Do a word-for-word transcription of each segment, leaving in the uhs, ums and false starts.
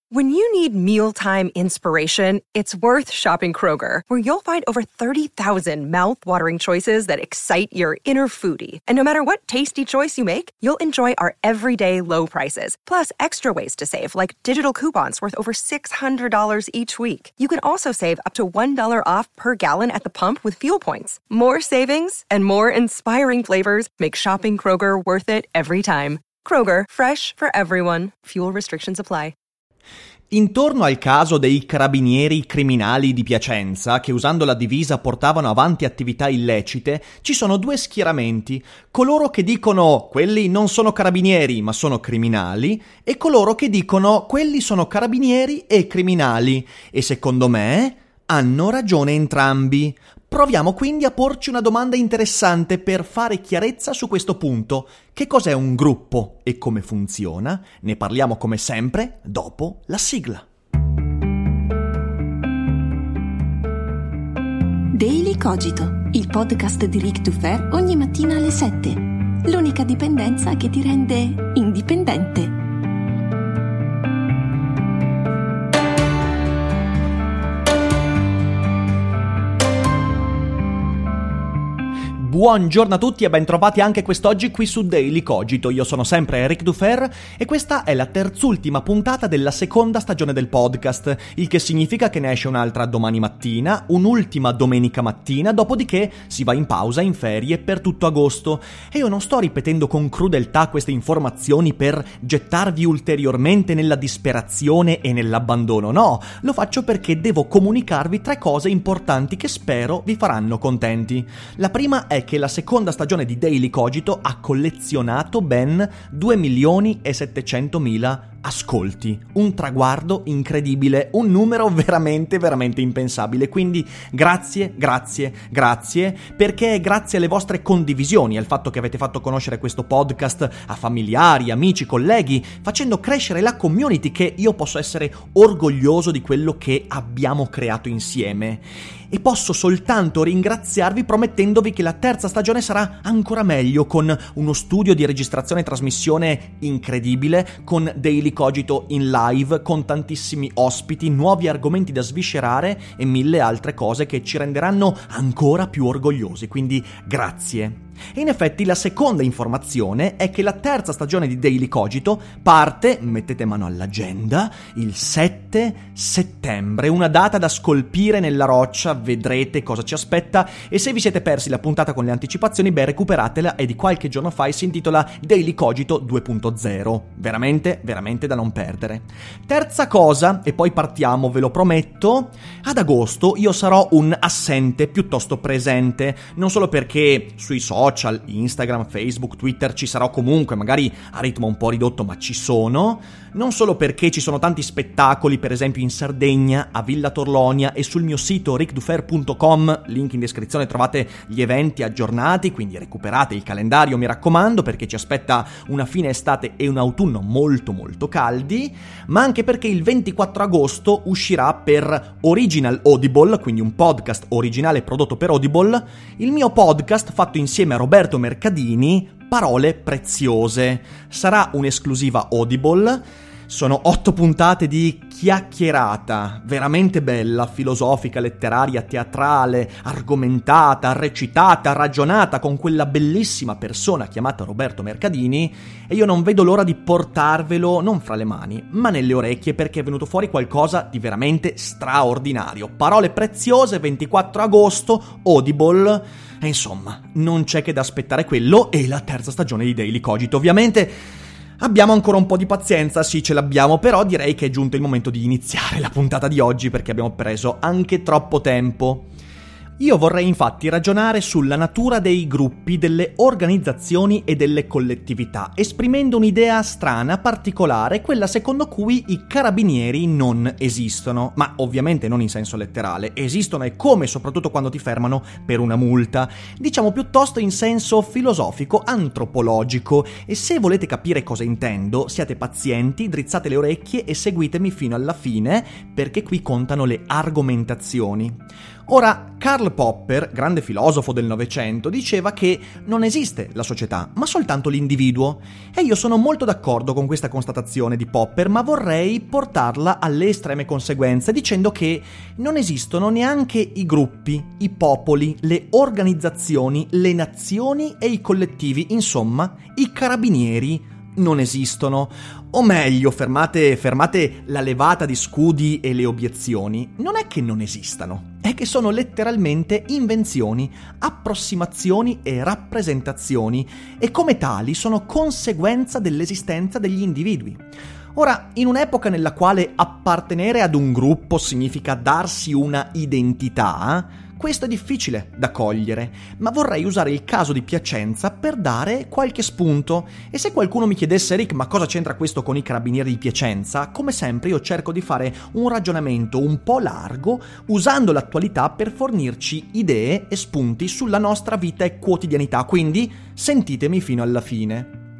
When you need mealtime inspiration, it's worth shopping Kroger, where you'll find over thirty thousand mouth-watering choices that excite your inner foodie. And no matter what tasty choice you make, you'll enjoy our everyday low prices, plus extra ways to save, like digital coupons worth over six hundred dollars each week. You can also save up to one dollar off per gallon at the pump with fuel points. More savings and more inspiring flavors make shopping Kroger worth it every time. Kroger, fresh for everyone. Fuel restrictions apply. Intorno al caso dei carabinieri criminali di Piacenza, che usando la divisa portavano avanti attività illecite, ci sono due schieramenti: coloro che dicono quelli non sono carabinieri ma sono criminali, e coloro che dicono quelli sono carabinieri e criminali, e secondo me hanno ragione entrambi. Proviamo quindi a porci una domanda interessante per fare chiarezza su questo punto. Che cos'è un gruppo e come funziona? Ne parliamo come sempre dopo la sigla. Daily Cogito, il podcast di Ric Dufer ogni mattina alle sette. L'unica dipendenza che ti rende indipendente. Buongiorno a tutti e bentrovati anche quest'oggi qui su Daily Cogito. Io sono sempre Ric Dufer e questa è la terzultima puntata della seconda stagione del podcast, il che significa che ne esce un'altra domani mattina, un'ultima domenica mattina, dopodiché si va in pausa, in ferie per tutto agosto. E io non sto ripetendo con crudeltà queste informazioni per gettarvi ulteriormente nella disperazione e nell'abbandono, no, lo faccio perché devo comunicarvi tre cose importanti che spero vi faranno contenti. La prima è che la seconda stagione di Daily Cogito ha collezionato ben due milioni e settecentomila ascolti, un traguardo incredibile, un numero veramente veramente impensabile. Quindi grazie, grazie, grazie, perché è grazie alle vostre condivisioni, al fatto che avete fatto conoscere questo podcast a familiari, amici, colleghi, facendo crescere la community, che io posso essere orgoglioso di quello che abbiamo creato insieme. E posso soltanto ringraziarvi promettendovi che la terza stagione sarà ancora meglio, con uno studio di registrazione e trasmissione incredibile, con Daily Cogito in live, con tantissimi ospiti, nuovi argomenti da sviscerare e mille altre cose che ci renderanno ancora più orgogliosi. Quindi grazie. E in effetti la seconda informazione è che la terza stagione di Daily Cogito parte, mettete mano all'agenda, il sette settembre, una data da scolpire nella roccia, vedrete cosa ci aspetta. E se vi siete persi la puntata con le anticipazioni, beh, recuperatela, è di qualche giorno fa e si intitola Daily Cogito due punto zero, veramente, veramente da non perdere. Terza cosa, e poi partiamo, ve lo prometto, ad agosto io sarò un assente piuttosto presente, non solo perché sui social, Instagram, Facebook, Twitter ci sarò comunque, magari a ritmo un po' ridotto, ma ci sono. Non solo perché ci sono tanti spettacoli, per esempio in Sardegna, a Villa Torlonia, e sul mio sito ric dufer punto com, link in descrizione, trovate gli eventi aggiornati, quindi recuperate il calendario, mi raccomando, perché ci aspetta una fine estate e un autunno molto molto caldi, ma anche perché il ventiquattro agosto uscirà per Original Audible, quindi un podcast originale prodotto per Audible, il mio podcast fatto insieme a Roberto Mercadini, Parole Preziose. Sarà un'esclusiva Audible. Sono otto puntate di chiacchierata, veramente bella, filosofica, letteraria, teatrale, argomentata, recitata, ragionata con quella bellissima persona chiamata Roberto Mercadini, e io non vedo l'ora di portarvelo non fra le mani, ma nelle orecchie, perché è venuto fuori qualcosa di veramente straordinario. Parole Preziose, ventiquattro agosto, Audible, e insomma, non c'è che da aspettare quello e la terza stagione di Daily Cogito. Ovviamente abbiamo ancora un po' di pazienza, sì, ce l'abbiamo, però direi che è giunto il momento di iniziare la puntata di oggi, perché abbiamo preso anche troppo tempo. Io vorrei infatti ragionare sulla natura dei gruppi, delle organizzazioni e delle collettività, esprimendo un'idea strana, particolare, quella secondo cui i carabinieri non esistono, ma ovviamente non in senso letterale, esistono e come, soprattutto quando ti fermano per una multa, diciamo piuttosto in senso filosofico, antropologico, e se volete capire cosa intendo, siate pazienti, drizzate le orecchie e seguitemi fino alla fine, perché qui contano le argomentazioni. Ora, Karl Popper, grande filosofo del Novecento, diceva che non esiste la società, ma soltanto l'individuo. E io sono molto d'accordo con questa constatazione di Popper, ma vorrei portarla alle estreme conseguenze, dicendo che non esistono neanche i gruppi, i popoli, le organizzazioni, le nazioni e i collettivi, insomma, i carabinieri non esistono. O meglio, fermate, fermate la levata di scudi e le obiezioni, non è che non esistano, è che sono letteralmente invenzioni, approssimazioni e rappresentazioni, e come tali sono conseguenza dell'esistenza degli individui. Ora, in un'epoca nella quale appartenere ad un gruppo significa darsi una identità, questo è difficile da cogliere, ma vorrei usare il caso di Piacenza per dare qualche spunto. E se qualcuno mi chiedesse, Rick, ma cosa c'entra questo con i carabinieri di Piacenza? Come sempre io cerco di fare un ragionamento un po' largo, usando l'attualità per fornirci idee e spunti sulla nostra vita e quotidianità, quindi sentitemi fino alla fine.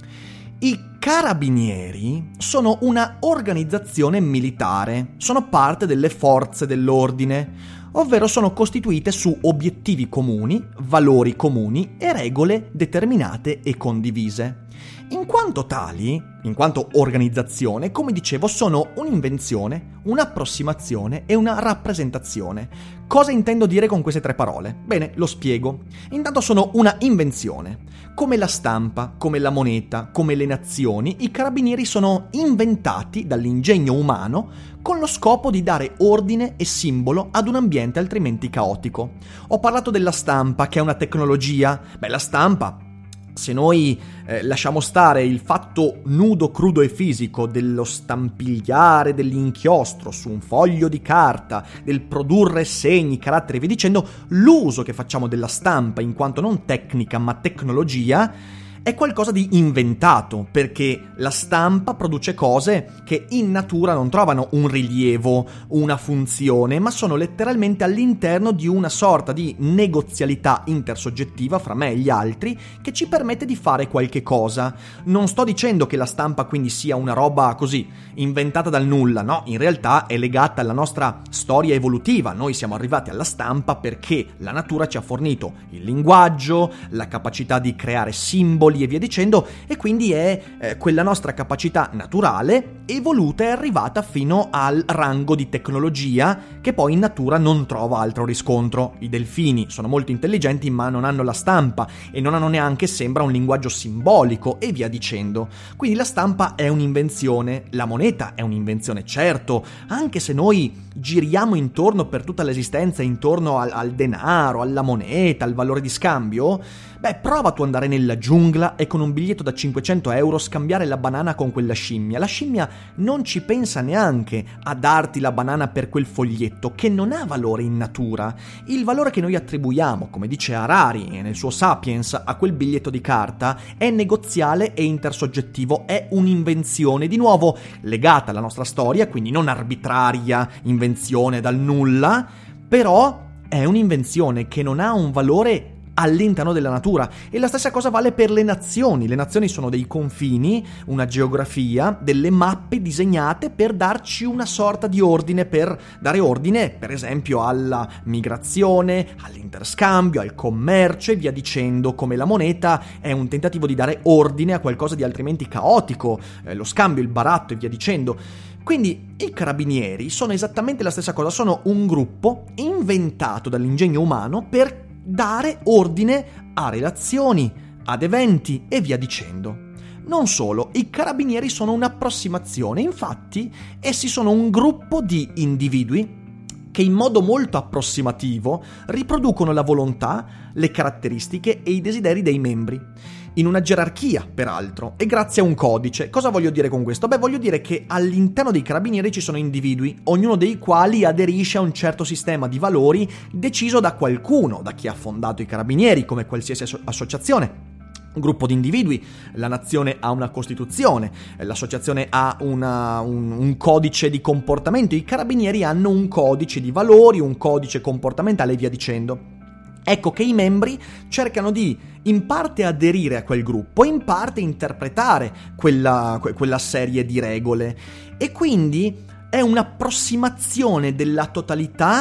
I carabinieri sono una organizzazione militare, sono parte delle forze dell'ordine, ovvero sono costituite su obiettivi comuni, valori comuni e regole determinate e condivise. In quanto tali, in quanto organizzazione, come dicevo, sono un'invenzione, un'approssimazione e una rappresentazione. Cosa intendo dire con queste tre parole? Bene, lo spiego. Intanto sono una invenzione. Come la stampa, come la moneta, come le nazioni, i carabinieri sono inventati dall'ingegno umano con lo scopo di dare ordine e simbolo ad un ambiente altrimenti caotico. Ho parlato della stampa, che è una tecnologia. Beh, la stampa, se noi eh, lasciamo stare il fatto nudo, crudo e fisico dello stampigliare dell'inchiostro su un foglio di carta, del produrre segni, caratteri e via dicendo, l'uso che facciamo della stampa in quanto non tecnica ma tecnologia è qualcosa di inventato, perché la stampa produce cose che in natura non trovano un rilievo, una funzione, ma sono letteralmente all'interno di una sorta di negozialità intersoggettiva fra me e gli altri che ci permette di fare qualche cosa. Non sto dicendo che la stampa quindi sia una roba così, inventata dal nulla, no, in realtà è legata alla nostra storia evolutiva. Noi siamo arrivati alla stampa perché la natura ci ha fornito il linguaggio, la capacità di creare simboli e via dicendo, e quindi è eh, quella nostra capacità naturale evoluta e arrivata fino al rango di tecnologia che poi in natura non trova altro riscontro. I delfini sono molto intelligenti ma non hanno la stampa e non hanno neanche, sembra, un linguaggio simbolico e via dicendo. Quindi la stampa è un'invenzione, la moneta è un'invenzione, certo, anche se noi giriamo intorno per tutta l'esistenza intorno al, al denaro, alla moneta, al valore di scambio. Beh, prova tu ad andare nella giungla e con un biglietto da cinquecento euro scambiare la banana con quella scimmia. La scimmia non ci pensa neanche a darti la banana per quel foglietto, che non ha valore in natura. Il valore che noi attribuiamo, come dice Harari nel suo Sapiens, a quel biglietto di carta è negoziale e intersoggettivo, è un'invenzione, di nuovo legata alla nostra storia, quindi non arbitraria invenzione dal nulla, però è un'invenzione che non ha un valore all'interno della natura. E la stessa cosa vale per le nazioni. Le nazioni sono dei confini, una geografia, delle mappe disegnate per darci una sorta di ordine, per dare ordine, per esempio, alla migrazione, all'interscambio, al commercio e via dicendo. Come la moneta è un tentativo di dare ordine a qualcosa di altrimenti caotico, eh, lo scambio, il baratto e via dicendo. Quindi i carabinieri sono esattamente la stessa cosa, sono un gruppo inventato dall'ingegno umano per dare ordine a relazioni, ad eventi e via dicendo. Non solo, i carabinieri sono un'approssimazione, infatti essi sono un gruppo di individui che in modo molto approssimativo riproducono la volontà, le caratteristiche e i desideri dei membri. In una gerarchia, peraltro, e grazie a un codice. Cosa voglio dire con questo? Beh, voglio dire che all'interno dei carabinieri ci sono individui, ognuno dei quali aderisce a un certo sistema di valori deciso da qualcuno, da chi ha fondato i carabinieri, come qualsiasi asso- associazione. Un gruppo di individui, la nazione ha una costituzione, l'associazione ha una, un, un codice di comportamento, i carabinieri hanno un codice di valori, un codice comportamentale e via dicendo. Ecco che i membri cercano di in parte aderire a quel gruppo, in parte interpretare quella, quella serie di regole, e quindi è un'approssimazione della totalità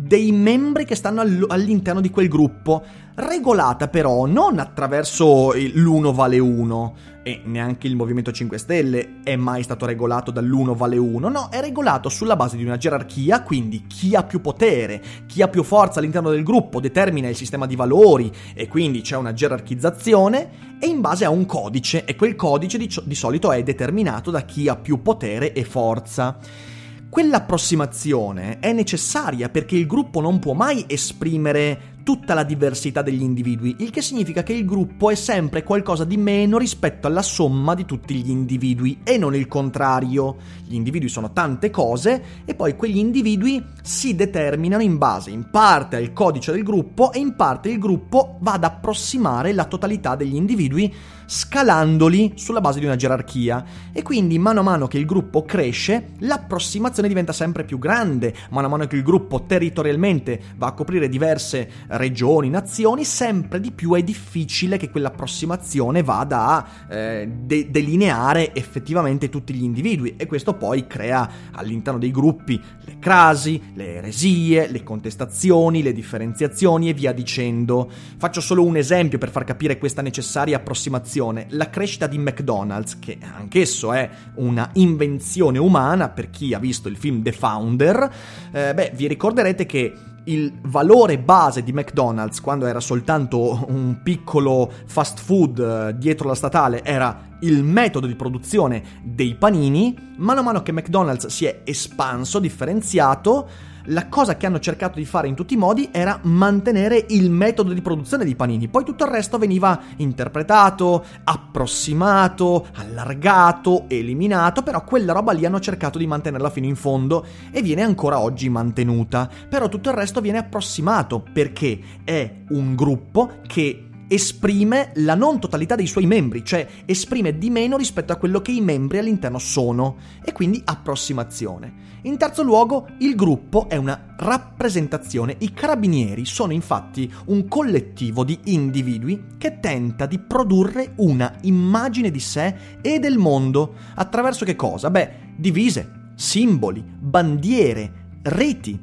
dei membri che stanno all'interno di quel gruppo, regolata però non attraverso l'uno vale uno, e neanche il Movimento cinque Stelle è mai stato regolato dall'uno vale uno, no, è regolato sulla base di una gerarchia, quindi chi ha più potere, chi ha più forza all'interno del gruppo determina il sistema di valori e quindi c'è una gerarchizzazione e in base a un codice, e quel codice di, di solito è determinato da chi ha più potere e forza. Quell'approssimazione è necessaria perché il gruppo non può mai esprimere tutta la diversità degli individui, il che significa che il gruppo è sempre qualcosa di meno rispetto alla somma di tutti gli individui e non il contrario. Gli individui sono tante cose e poi quegli individui si determinano in base in parte al codice del gruppo e in parte il gruppo va ad approssimare la totalità degli individui scalandoli sulla base di una gerarchia, e quindi mano a mano che il gruppo cresce l'approssimazione diventa sempre più grande, mano a mano che il gruppo territorialmente va a coprire diverse regioni, nazioni, sempre di più è difficile che quell'approssimazione vada a eh, de- delineare effettivamente tutti gli individui, e questo poi crea all'interno dei gruppi le crasi, le eresie, le contestazioni, le differenziazioni e via dicendo. Faccio solo un esempio per far capire questa necessaria approssimazione: la crescita di McDonald's, che anch'esso è una invenzione umana. Per chi ha visto il film The Founder, eh, beh, vi ricorderete che il valore base di McDonald's, quando era soltanto un piccolo fast food dietro la statale, era il metodo di produzione dei panini. Mano a mano che McDonald's si è espanso, differenziato, la cosa che hanno cercato di fare in tutti i modi era mantenere il metodo di produzione dei panini. Poi tutto il resto veniva interpretato, approssimato, allargato, eliminato, però quella roba lì hanno cercato di mantenerla fino in fondo e viene ancora oggi mantenuta. Però tutto il resto viene approssimato perché è un gruppo che esprime la non totalità dei suoi membri, cioè esprime di meno rispetto a quello che i membri all'interno sono, e quindi approssimazione. In terzo luogo, il gruppo è una rappresentazione. I carabinieri sono infatti un collettivo di individui che tenta di produrre una immagine di sé e del mondo. Attraverso che cosa? Beh, divise, simboli, bandiere, reti.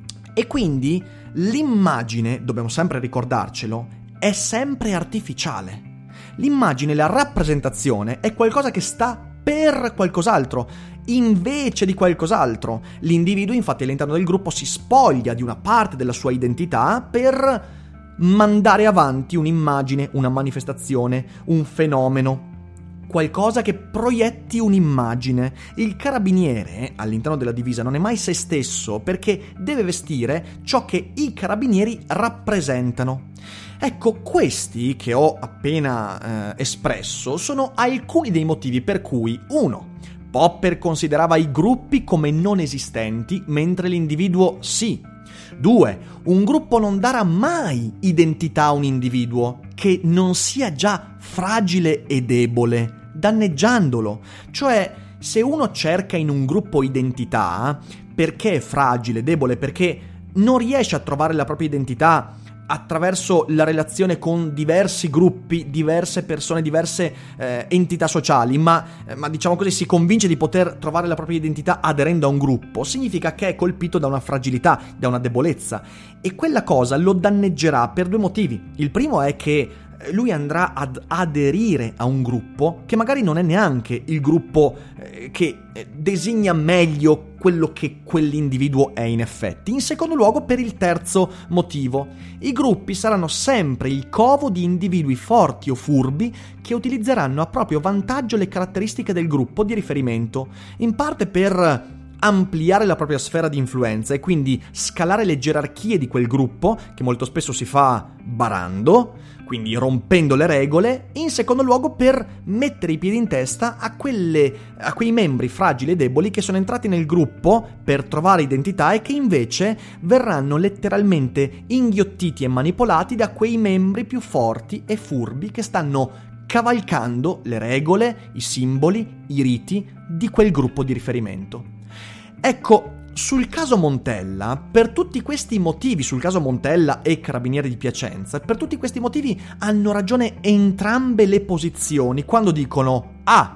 E quindi l'immagine, dobbiamo sempre ricordarcelo, è sempre artificiale. L'immagine, la rappresentazione è qualcosa che sta per qualcos'altro, invece di qualcos'altro. L'individuo infatti all'interno del gruppo si spoglia di una parte della sua identità per mandare avanti un'immagine, una manifestazione, un fenomeno, qualcosa che proietti un'immagine. Il carabiniere all'interno della divisa non è mai se stesso perché deve vestire ciò che i carabinieri rappresentano. Ecco, questi che ho appena eh, espresso sono alcuni dei motivi per cui uno Popper considerava i gruppi come non esistenti, mentre l'individuo sì. due Un gruppo non darà mai identità a un individuo che non sia già fragile e debole, danneggiandolo. Cioè, se uno cerca in un gruppo identità perché è fragile, debole, perché non riesce a trovare la propria identità attraverso la relazione con diversi gruppi, diverse persone, diverse eh, entità sociali, ma, eh, ma diciamo così si convince di poter trovare la propria identità aderendo a un gruppo, significa che è colpito da una fragilità, da una debolezza, e quella cosa lo danneggerà per due motivi. Il primo è che lui andrà ad aderire a un gruppo che magari non è neanche il gruppo eh, che designa meglio quello che quell'individuo è in effetti. In secondo luogo, per il terzo motivo, i gruppi saranno sempre il covo di individui forti o furbi che utilizzeranno a proprio vantaggio le caratteristiche del gruppo di riferimento, in parte per ampliare la propria sfera di influenza e quindi scalare le gerarchie di quel gruppo, che molto spesso si fa barando, quindi rompendo le regole, e in secondo luogo per mettere i piedi in testa a quelle a quei membri fragili e deboli che sono entrati nel gruppo per trovare identità e che invece verranno letteralmente inghiottiti e manipolati da quei membri più forti e furbi che stanno cavalcando le regole, i simboli, i riti di quel gruppo di riferimento. Ecco, sul caso Montella, per tutti questi motivi, sul caso Montella e Carabinieri di Piacenza, per tutti questi motivi hanno ragione entrambe le posizioni quando dicono: ah,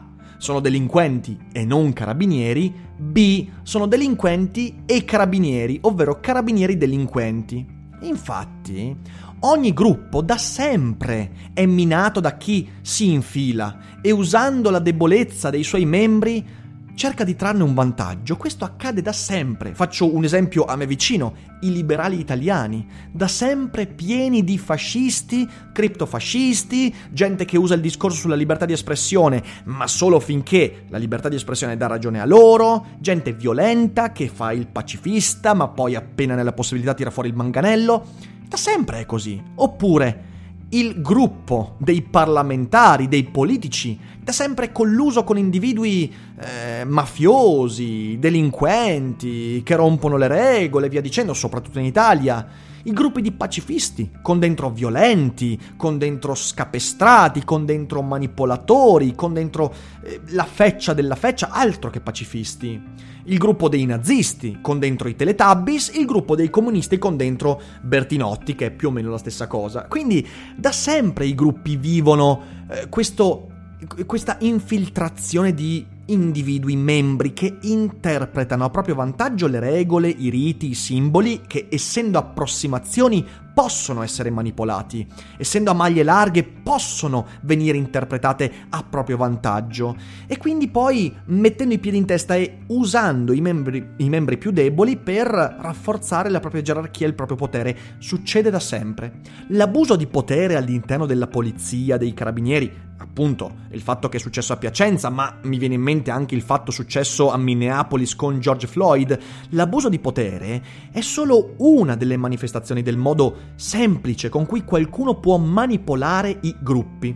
sono delinquenti e non carabinieri, B sono delinquenti e carabinieri, ovvero carabinieri delinquenti. Infatti, ogni gruppo da sempre è minato da chi si infila e usando la debolezza dei suoi membri cerca di trarne un vantaggio. Questo accade da sempre. Faccio un esempio a me vicino: i liberali italiani, da sempre pieni di fascisti, criptofascisti, gente che usa il discorso sulla libertà di espressione, ma solo finché la libertà di espressione dà ragione a loro, gente violenta che fa il pacifista, ma poi appena nella possibilità tira fuori il manganello. Da sempre è così. Oppure il gruppo dei parlamentari, dei politici, da sempre colluso con individui eh, mafiosi, delinquenti, che rompono le regole, via dicendo, soprattutto in Italia. I gruppi di pacifisti, con dentro violenti, con dentro scapestrati, con dentro manipolatori, con dentro eh, la feccia della feccia, altro che pacifisti. Il gruppo dei nazisti, con dentro i Teletubbies, il gruppo dei comunisti con dentro Bertinotti, che è più o meno la stessa cosa. Quindi da sempre i gruppi vivono eh, questo, questa infiltrazione di individui, membri che interpretano a proprio vantaggio le regole, i riti, i simboli, che essendo approssimazioni possono essere manipolati, essendo a maglie larghe possono venire interpretate a proprio vantaggio, e quindi poi mettendo i piedi in testa e usando i membri, i membri più deboli per rafforzare la propria gerarchia e il proprio potere. Succede da sempre. L'abuso di potere all'interno della polizia, dei carabinieri, appunto il fatto che è successo a Piacenza, ma mi viene in mente anche il fatto successo a Minneapolis con George Floyd. L'abuso di potere è solo una delle manifestazioni del modo semplice con cui qualcuno può manipolare i gruppi.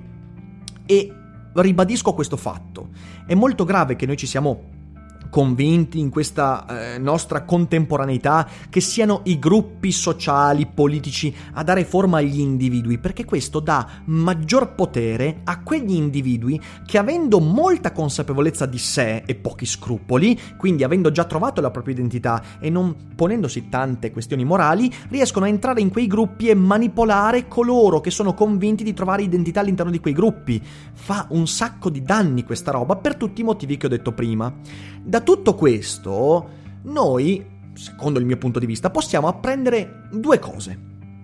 E ribadisco questo fatto: è molto grave che noi ci siamo convinti in questa eh, nostra contemporaneità che siano i gruppi sociali, politici a dare forma agli individui, perché questo dà maggior potere a quegli individui che, avendo molta consapevolezza di sé e pochi scrupoli, quindi avendo già trovato la propria identità e non ponendosi tante questioni morali, riescono a entrare in quei gruppi e manipolare coloro che sono convinti di trovare identità all'interno di quei gruppi. Fa un sacco di danni questa roba per tutti i motivi che ho detto prima. Da tutto questo, noi, secondo il mio punto di vista, possiamo apprendere due cose.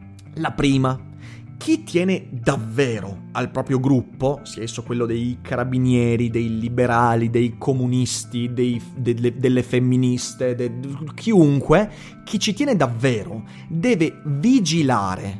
La prima: chi tiene davvero al proprio gruppo, sia esso quello dei carabinieri, dei liberali, dei comunisti, dei, delle, delle femministe, de, chiunque, chi ci tiene davvero deve vigilare,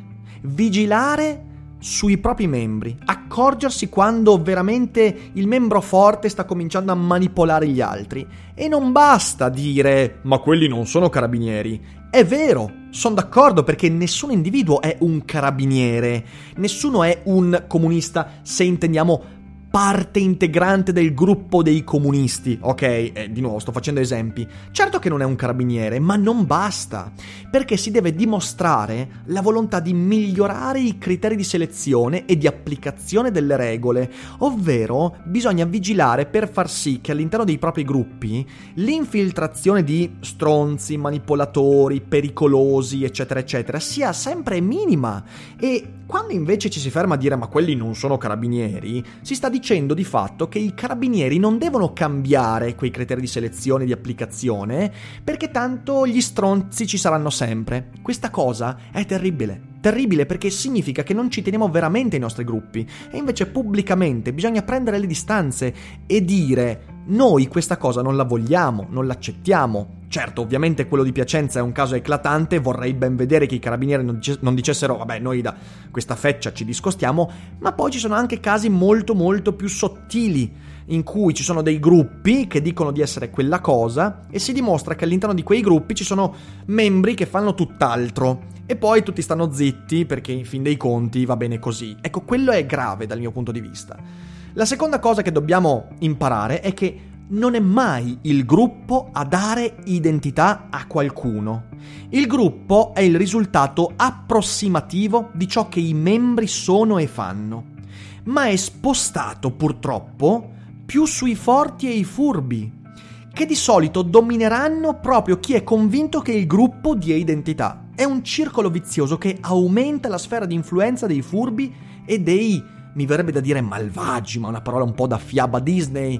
vigilare sui propri membri, accorgersi quando veramente il membro forte sta cominciando a manipolare gli altri. E non basta dire "ma quelli non sono carabinieri". È vero, sono d'accordo, perché nessun individuo è un carabiniere, nessuno è un comunista, se intendiamo parte integrante del gruppo dei comunisti, ok? Eh, di nuovo, sto facendo esempi. Certo che non è un carabiniere, ma non basta, perché si deve dimostrare la volontà di migliorare i criteri di selezione e di applicazione delle regole, ovvero bisogna vigilare per far sì che all'interno dei propri gruppi l'infiltrazione di stronzi, manipolatori, pericolosi, eccetera, eccetera, sia sempre minima. E quando invece ci si ferma a dire "ma quelli non sono carabinieri", si sta dicendo di fatto che i carabinieri non devono cambiare quei criteri di selezione e di applicazione, perché tanto gli stronzi ci saranno sempre. Questa cosa è terribile. Terribile, perché significa che non ci teniamo veramente ai nostri gruppi, e invece pubblicamente bisogna prendere le distanze e dire "noi questa cosa non la vogliamo, non l'accettiamo". Certo, ovviamente quello di Piacenza è un caso eclatante, vorrei ben vedere che i carabinieri non, dice- non dicessero "vabbè, noi da questa feccia ci discostiamo", ma poi ci sono anche casi molto molto più sottili, in cui ci sono dei gruppi che dicono di essere quella cosa e si dimostra che all'interno di quei gruppi ci sono membri che fanno tutt'altro, e poi tutti stanno zitti perché in fin dei conti va bene così. Ecco, quello è grave dal mio punto di vista. La seconda cosa che dobbiamo imparare è che non è mai il gruppo a dare identità a qualcuno. Il gruppo è il risultato approssimativo di ciò che i membri sono e fanno, ma è spostato purtroppo più sui forti e i furbi, che di solito domineranno proprio chi è convinto che il gruppo dia identità. È un circolo vizioso che aumenta la sfera di influenza dei furbi e dei, mi verrebbe da dire malvagi, ma una parola un po' da fiaba Disney,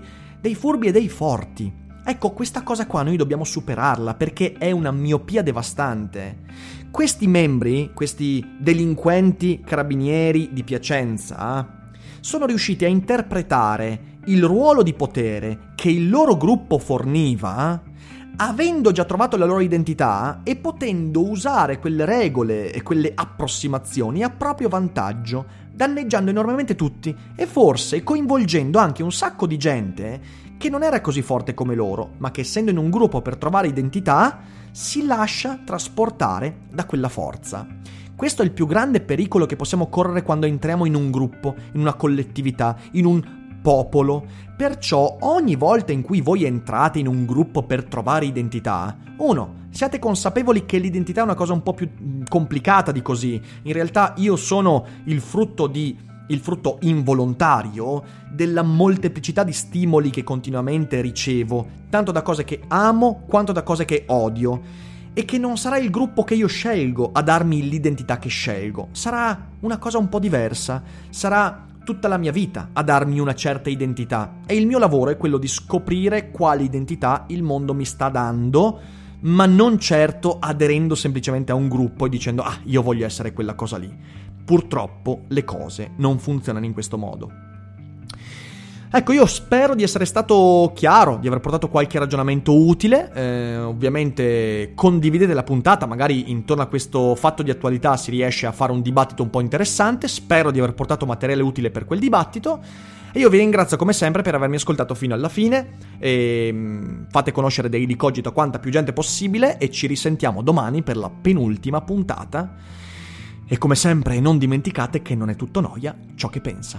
dei furbi e dei forti. Ecco, questa cosa qua noi dobbiamo superarla perché è una miopia devastante. Questi membri, questi delinquenti carabinieri di Piacenza, sono riusciti a interpretare il ruolo di potere che il loro gruppo forniva, avendo già trovato la loro identità e potendo usare quelle regole e quelle approssimazioni a proprio vantaggio, danneggiando enormemente tutti e forse coinvolgendo anche un sacco di gente che non era così forte come loro, ma che essendo in un gruppo per trovare identità, si lascia trasportare da quella forza. Questo è il più grande pericolo che possiamo correre quando entriamo in un gruppo, in una collettività, in un popolo. Perciò ogni volta in cui voi entrate in un gruppo per trovare identità, uno, siate consapevoli che l'identità è una cosa un po' più complicata di così. In realtà io sono il frutto di il frutto involontario della molteplicità di stimoli che continuamente ricevo, tanto da cose che amo quanto da cose che odio, e che non sarà il gruppo che io scelgo a darmi l'identità che scelgo, sarà una cosa un po' diversa, sarà tutta la mia vita a darmi una certa identità, e il mio lavoro è quello di scoprire quale identità il mondo mi sta dando, ma non certo aderendo semplicemente a un gruppo e dicendo ah, io voglio essere quella cosa lì. Purtroppo le cose non funzionano in questo modo. Ecco, io spero di essere stato chiaro, di aver portato qualche ragionamento utile. Eh, ovviamente condividete la puntata, magari intorno a questo fatto di attualità si riesce a fare un dibattito un po' interessante. Spero di aver portato materiale utile per quel dibattito. E io vi ringrazio come sempre per avermi ascoltato fino alla fine. E fate conoscere Daily Cogito a quanta più gente possibile e ci risentiamo domani per la penultima puntata. E come sempre non dimenticate che non è tutto noia ciò che pensa.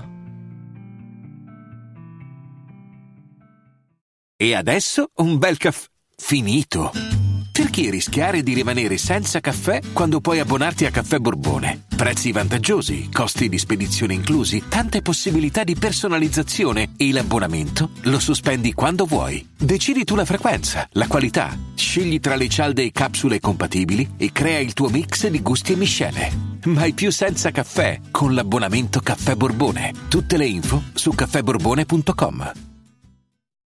E adesso un bel caffè finito. Perché rischiare di rimanere senza caffè quando puoi abbonarti a Caffè Borbone? Prezzi vantaggiosi, costi di spedizione inclusi, tante possibilità di personalizzazione e l'abbonamento lo sospendi quando vuoi. Decidi tu la frequenza, la qualità, scegli tra le cialde e capsule compatibili e crea il tuo mix di gusti e miscele. Mai più senza caffè con l'abbonamento Caffè Borbone. Tutte le info su caffè borbone punto com.